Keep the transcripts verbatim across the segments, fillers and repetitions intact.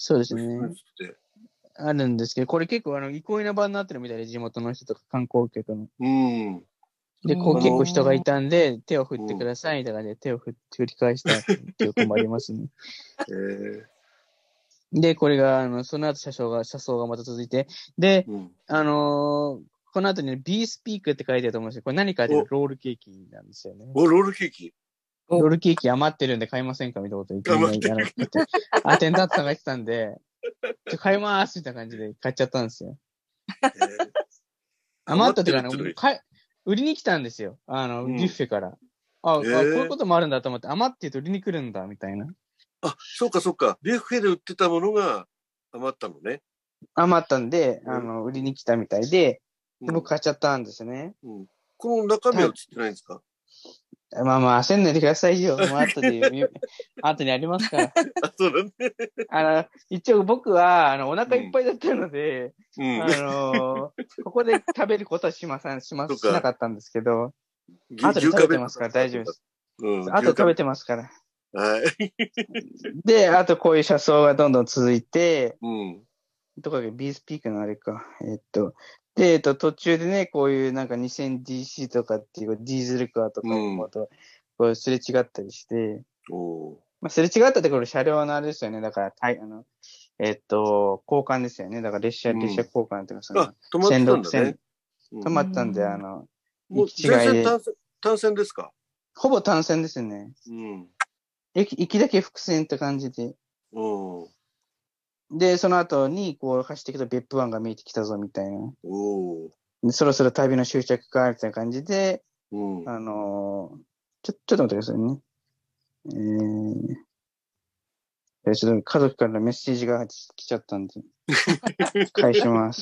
そうですね。あるんですけど、これ結構あの憩いの場になってるみたいで、地元の人とか観光客の。 うん。 で、こう結構人がいたんで、手を振ってくださいみたいな感じで手を振振り返した記憶もありますね。 えー、 で、これが、あの、その後車掌が、車窓がまた続いて、で、 うん、 あのーこの後に、ね、ビースピークって書いてあると思うんですけど、これ何かっていうとロールケーキなんですよね。 お、ロールケーキロールケーキ余ってるんで買いませんかみたいなこと言って、 余ってるアテンダントさんが言ってたんで、ちょ買いまーすみたいな感じで買っちゃったんですよ。 えー、 余ったっていうか、ね、かい売りに来たんですよ。あの、ビュッフェから。うん、あ、えー、あ、こういうこともあるんだと思って、余って言うと売りに来るんだ、みたいな。 あ、そうかそうか。ビュッフェで売ってたものが余ったのね。 余ったんで、あの、売りに来たみたいで、で僕買っちゃったんですね。 うん。この中身は映ってないんですか？ まあまあ、焦んないでくださいよ。もう後で言う、後にありますから。 あ、そうだね。 あの、一応僕は、あの、お腹いっぱいだったので、 うん、 あのー、ここで食べることはしません、しま、しなかったんですけど、後で食べてますから大丈夫です。うん、後で食べてますから。 はい。 で、あとこういう車窓がどんどん続いて、 うん。 どこだっけ、ビースピークのあれか。えっと、で、えっと、途中でね、こういうなんか にせんディーシー とかっていうディーゼルカーとかもと、こうすれ違ったりして、 おまあ、すれ違ったってこれ車両のあれですよね。だから、あの、えっと、交換ですよね。だから列車、うん、列車交換っていうか、その、 あ、止まってたんだね。 止まったんで、あの、 もう全線単線、単線ですか？ ほぼ単線ですね。 うん。 駅、行きだけ複線って感じで。 うん。 で、その後に、こう、走っていくと別府湾が見えてきたぞ、みたいな。 おそろそろ旅の終着か、みたいな感じで、 うん、 あのー、ちょ、ちょっと待ってくださいね。えー、ちょっと家族からのメッセージが来ちゃったんで、返します。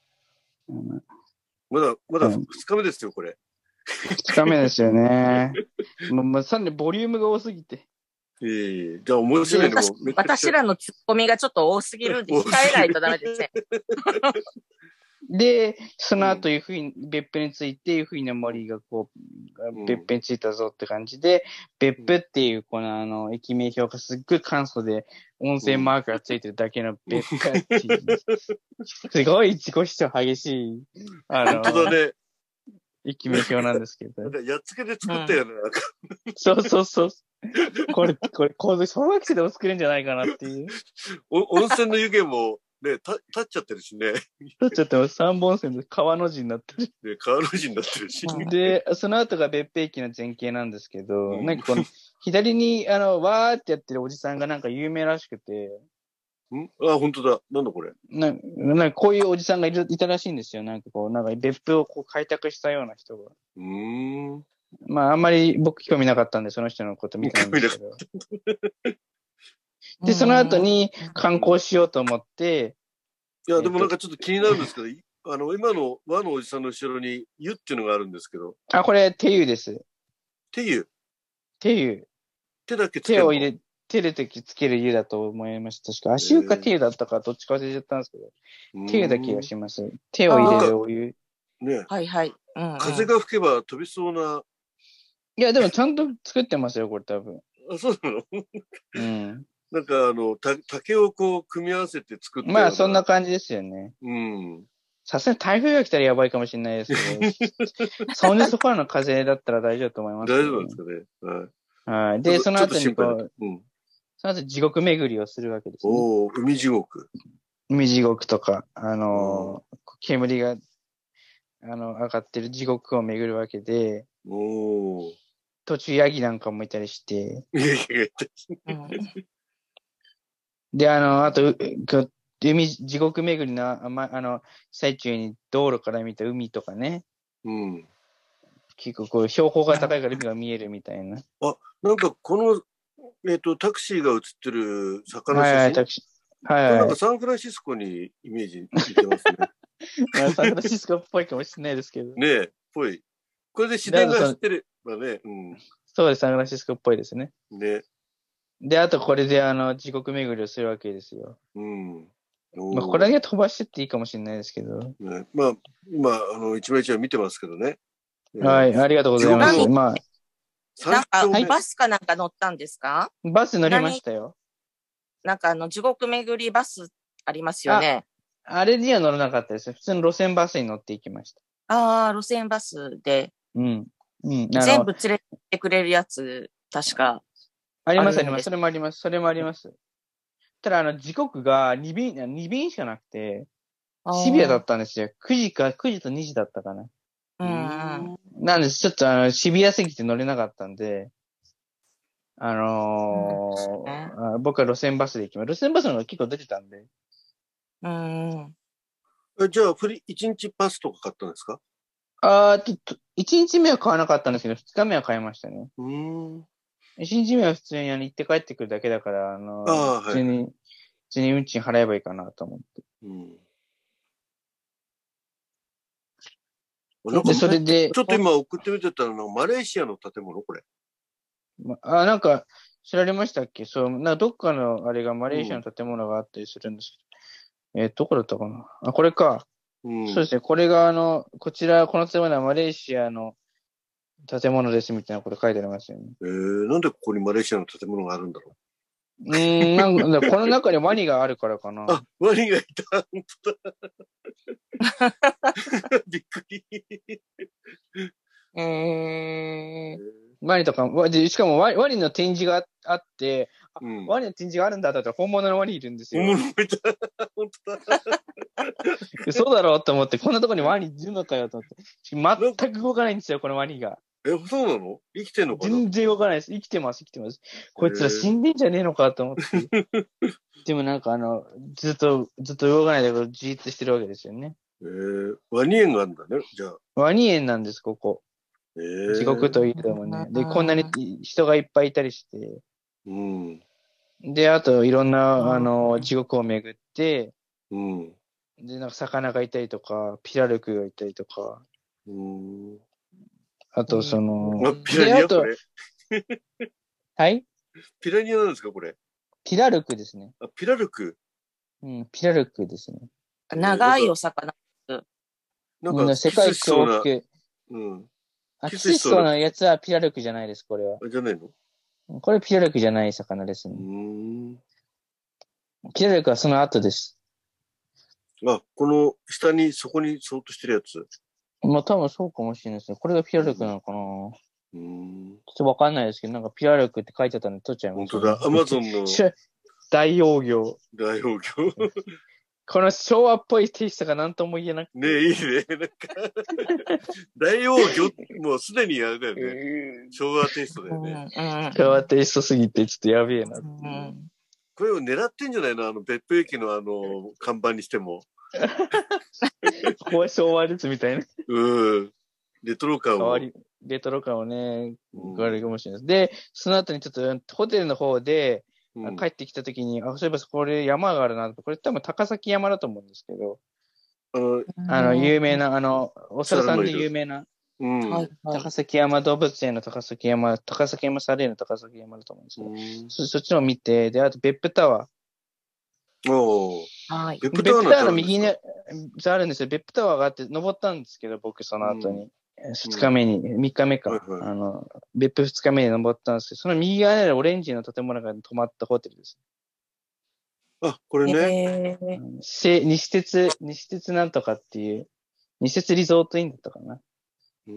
まだ、まだふつかめですよ、これ。 ふつかめですよね。もう、まあ、さらにボリュームが多すぎて。 ええー、じゃあ面白いのもめ私らのツッコミがちょっと多すぎるんで控えないとダメですね。 で、その後、いうふうに、別府について、いうふうな森がこう、別府についたぞって感じで、別府っていう、このあの、駅名標がすっごい簡素で、温泉マークがついてるだけの別府っていう、すごい自己主張激しい、 あの、本当だね。 駅名標なんですけど。 やっつけで作ったよね、なんか。 そうそうそう。これ、これ、これ、小学生でも作れるんじゃないかなっていう。 お温泉の湯気も、ね、た、立っちゃってるしね。 立っちゃってます。三本線で川の字になってる。 で、川の字になってるし。 で、その後が別府駅の前景なんですけど、うん、なんかこの、左に、あの、わーってやってるおじさんがなんか有名らしくて。 んあ、本当だ。なんだこれ。 な、なんかこういうおじさんがいる、いたらしいんですよ。なんかこう、なんか別府をこう開拓したような人が。 うーん。 まあ、あんまり僕興味なかったんで、その人のこと見てないんですけど。で、その後に観光しようと思って、 いや、でもなんかちょっと気になるんですけど、あの、今の和のおじさんの後ろに湯っていうのがあるんですけど。 あ、これ手湯です。 手湯手湯。 手だけつけるの？ 手を入れ、手でつける湯だと思いました。確か足湯か手湯だったかどっちか忘れちゃったんですけど、手湯だけがします。手を入れるお湯。 ね。 はいはい。 うんうん、風が吹けば飛びそうな。 いや、でもちゃんと作ってますよ、これ多分。 あ、そうなの？ うん。 なんかあの、た竹をこう組み合わせて作ってまあそんな感じですよね。 うん。 さすがに台風が来たらやばいかもしれないですけど、サウンドソファーの風だったら大丈夫と思います、 ね。大丈夫なんですかね。 はい。はい。で、その後にこう、うん、その後地獄巡りをするわけですね。 おお、海地獄。 海地獄とか、あのー、煙が、あの、上がってる地獄を巡るわけで、 おお。 途中ヤギなんかもいたりして。で、あの、あと、海、地獄巡りの、あま、あの、最中に道路から見た海とかね。 うん。 結構こう、標高が高いから海が見えるみたいな。 あ、なんかこの、えっ、ー、と、タクシーが写ってる坂の写真。 はいはい、タクシー。はい、はい。 なんかサンフランシスコにイメージ似てますね。 まあ、サンフランシスコっぽいかもしれないですけど。 ねえ、ぽい。これで自然が知ってる。まあね、うん。 そうです、サンフランシスコっぽいですね。 ね。 で、あとこれであの、地獄巡りをするわけですよ。 うん。 まあ、これだけ飛ばしてっていいかもしれないですけど。 ね、まあ、今、あの、一枚一枚見てますけどね。 はい、ありがとうございます。まあ。 なんか、はい、バスかなんか乗ったんですか？ バス乗りましたよ。 なんかあの、地獄巡りバスありますよね。 あれには乗らなかったです。普通の路線バスに乗っていきました。 ああ、路線バスで。 うん。うん。 全部連れてってくれるやつ、確か。 あります、あります。それもあります。それもあります。ただ、あの、時刻がに便、に便しかなくて、シビアだったんですよ。くじか、くじとにじだったかな。 うん。 なんです、ちょっとあの、シビアすぎて乗れなかったんで、あのーうん、僕は路線バスで行きます。路線バスの方が結構出てたんで。 うん。 じゃあ、フリ、いちにちパスとか買ったんですか？ ああ、ちょっと、いちにちめは買わなかったんですけど、ふつかめは買いましたね。 うん。 いちにちめは普通にあの行って帰ってくるだけだから、あのー、 あ普通に、はい、普通に運賃払えばいいかなと思って。うん。 なんかで、それで。ちょっと今送ってみてたのは、マレーシアの建物これ。 あ、なんか、知られましたっけ？そう、なんかどっかのあれがマレーシアの建物があったりするんですけど。うん、えー、どこだったかなあ、これか。うん、そうですね。これがあの、こちら、この建物はマレーシアの建物ですみたいなこと書いてありますよね。 えー、なんでここにマレーシアの建物があるんだろう。うーん、なんか、この中にワニがあるからかな。 あ、ワニがいた。本当だ。びっくり。 えー、ワニとか、しかもワニの展示があって、うん、ワニの展示があるんだったら本物のワニいるんですよ。 本物いた。本当だ。 そうだろうと思って、こんなとこにワニいるのかよと思って。全く動かないんですよ、このワニが。 え、そうなの？生きてんのかな？ 全然動かないです。生きてます、生きてます。こいつら死んでんじゃねえのかと思って。でもなんかあの、ずっと、ずっと動かないでじーっとしてるわけですよね。 えー、ワニ園があるんだね、じゃあ。 ワニ園なんです、ここ。えー、地獄といえどもね。で、こんなに人がいっぱいいたりして。うん。で、あと、いろんな、あの、地獄を巡って、うん。で、なんか魚がいたりとか、ピラルクがいたりとか。うん。あと、その、 あ、ピラニアこれ。 はいピラニアなんですか、これ。 ピラルクですね。 あ、ピラルク。 うん、ピラルクですね。 長いお魚。 なんか、 世界一大きく。うん。あ、キスしそうなやつはピラルクじゃないです、これは。 じゃないの？ これピラルクじゃない魚ですね。うん。ピラルクはその後です。 あ、この下に、そこにそっとしてるやつ。 まあ多分そうかもしれないですね。これがピラルクなのかな。うん。ちょっとわかんないですけど、なんかピラルクって書いてあったんで取っちゃいました、 ね。本当だ。アマゾンの。 大王魚。 大王魚。 この昭和っぽいテイストが何とも言えなくて。 ねえ、いいね。なんか、大王魚、もうすでにあれだよね。昭和テイストだよね。 昭和テイストすぎてちょっとやべえなって、うん。 これを狙ってんじゃないの？あの、別府駅のあの、看板にしても。 ここは昭和ですみたいな。 うん。レトロ感を。 レトロ感をね、あれかもしれないです。で、その後にちょっとホテルの方で、うん、帰ってきたときに、あ、そういえばこれ山があるなと、これ多分高崎山だと思うんですけど、あの、あの有名な、あの、お猿さんで有名な、うん、高崎山動物園の高崎山、高崎山サレーの高崎山だと思うんですけど、うん、そ, そっちのを見て、で、あと別府タワー。おはい。 別府タワーの右にあるんですよ。別府タワーがあって登ったんですけど、僕その後に。うん二日目に、三日目か。はいはい、あの、別府二日目に登ったんですけど、その右側にあるオレンジの建物が泊まったホテルです。 あ、これね。 えー、西鉄、西鉄なんとかっていう、西鉄リゾートインだったかな。うん。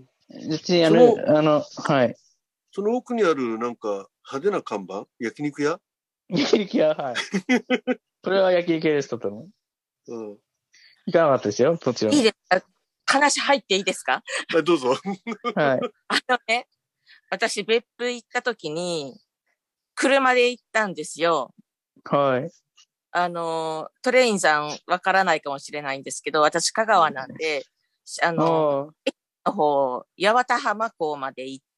別にあの、あの、はい。 その奥にあるなんか派手な看板焼肉屋焼肉屋、はい。これは焼肉屋です、とても。うん。行かなかったですよ、もちろん。 いいですか？話入っていいですか？ はい、どうぞ。 はい。 あのね、私、別府行った時に、車で行ったんですよ。 はい。 あの、トレインさんわからないかもしれないんですけど、私、香川なんで、あの、駅の方、八幡浜港まで行って、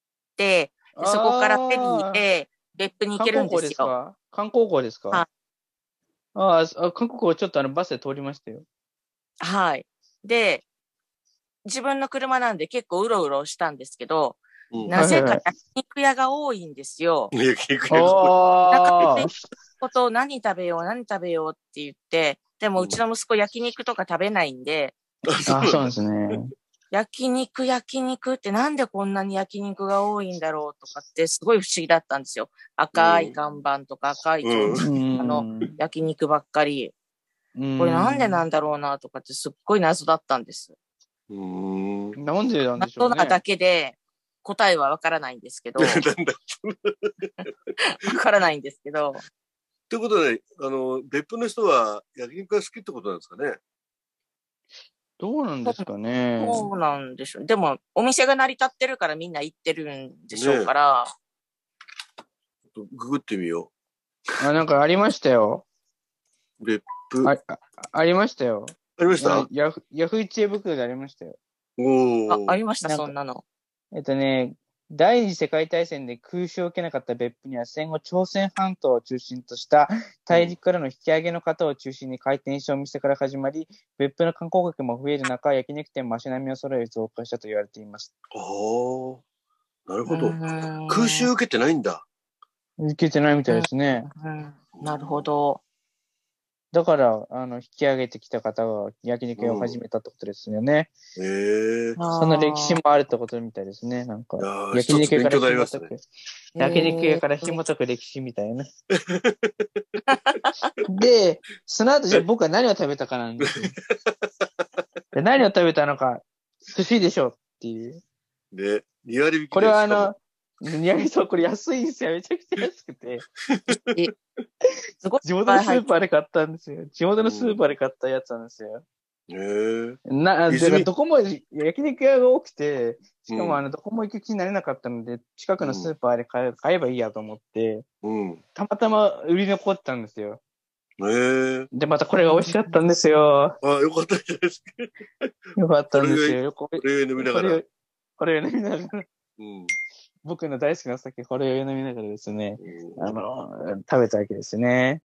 でそこからフェリーで別府に行けるんですよ。 観光港ですか？はい。ああ、韓国港ちょっとあのバスで通りましたよ。 はい。で、自分の車なんで結構うろうろしたんですけど、うん、なぜか焼肉屋が多いんですよ。 焼肉屋が多い。中でことを何食べよう、何食べようって言って、でもうちの息子焼肉とか食べないんで。 うん、あ、そうなんですね。 焼肉、焼肉ってなんでこんなに焼肉が多いんだろうとかってすごい不思議だったんですよ。赤い看板とか赤い提灯、 うんあの、焼肉ばっかり。これなんでなんだろうなとかってすっごい謎だったんです。 うーん。 なんでなんでしょうね。 謎なだけで答えはわからないんですけど。わからないんですけど。 ということで、あの、別府の人は焼肉が好きってことなんですかね。 どうなんですかね。 そうなんでしょう。でも、お店が成り立ってるからみんな行ってるんでしょうから。 ね、ググってみよう。あ、なんかありましたよ。 別府。 あ、あ、ありましたよ。 ありましたヤフ、ヤフー知恵袋でありましたよ。 おあ、ありました、そんなの。 えっとね、第二次世界大戦で空襲を受けなかった別府には戦後朝鮮半島を中心とした大陸からの引き上げの方を中心に開店したお店から始まり、別府の観光客も増える中、焼肉店も足並みを揃える増加したと言われています。 ああ、なるほど。空襲受けてないんだ。 受けてないみたいですね。 うんうん、なるほど。 だから、あの、引き上げてきた方が焼肉屋を始めたってことですよね。 へ、うん、えー。 その歴史もあるってことみたいですね。なんか、 焼肉屋から紐解く、 ね、焼肉屋から紐解く歴史みたいな。で、その後じゃあ僕は何を食べたかなんですよ。で何を食べたのか、寿司でしょっていう。 で、に割引き。 これはあの、に割そう、これ安いんですよ。めちゃくちゃ安くて。すごい地元のスーパーで買ったんですよ。地元のスーパーで買ったやつなんですよ。 へえ。 な、で、どこも焼肉屋が多くて、しかもあの、どこも行く気になれなかったので、近くのスーパーで買え、買えばいいやと思って、うん、たまたま売り残ってたんですよ。 へえ。 で、またこれが美味しかったんですよ。 あ、よかったじゃないですか。 よかったんですよ。 これを飲みながら。 これを飲みながら。うん。僕の大好きな酒、これを飲みながらですね、うん、あの、食べたわけですね。